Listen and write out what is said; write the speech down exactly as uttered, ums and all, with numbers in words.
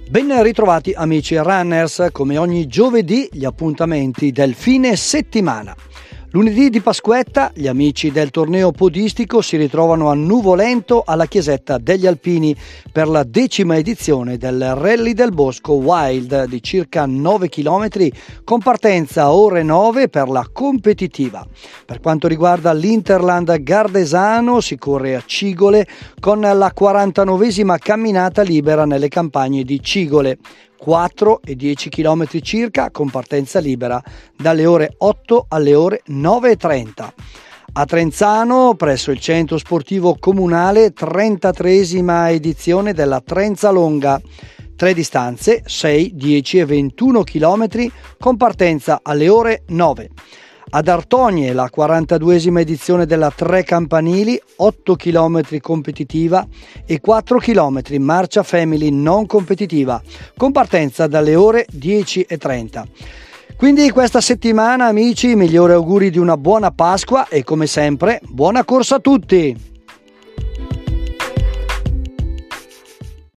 Ben ritrovati amici runners, come ogni giovedì gli appuntamenti del fine settimana. Lunedì di Pasquetta gli amici del torneo podistico si ritrovano a Nuvolento alla Chiesetta degli Alpini per la decima edizione del Rally del Bosco Wild di circa nove chilometri con partenza a ore nove per la competitiva. Per quanto riguarda l'Interland Gardesano si corre a Cigole con la quarantanovesima camminata libera nelle campagne di Cigole. quattro e dieci chilometri circa con partenza libera dalle ore otto alle ore nove e trenta. A Trenzano, presso il centro sportivo comunale, trentatreesima edizione della Trenzalonga. Tre distanze, sei, dieci e ventuno chilometri con partenza alle ore nove. Ad Artogne la quarantaduesima edizione della Tre Campanili, otto chilometri competitiva e quattro chilometri marcia family non competitiva, con partenza dalle ore dieci e trenta. Quindi questa settimana amici, migliori auguri di una buona Pasqua e come sempre buona corsa a tutti!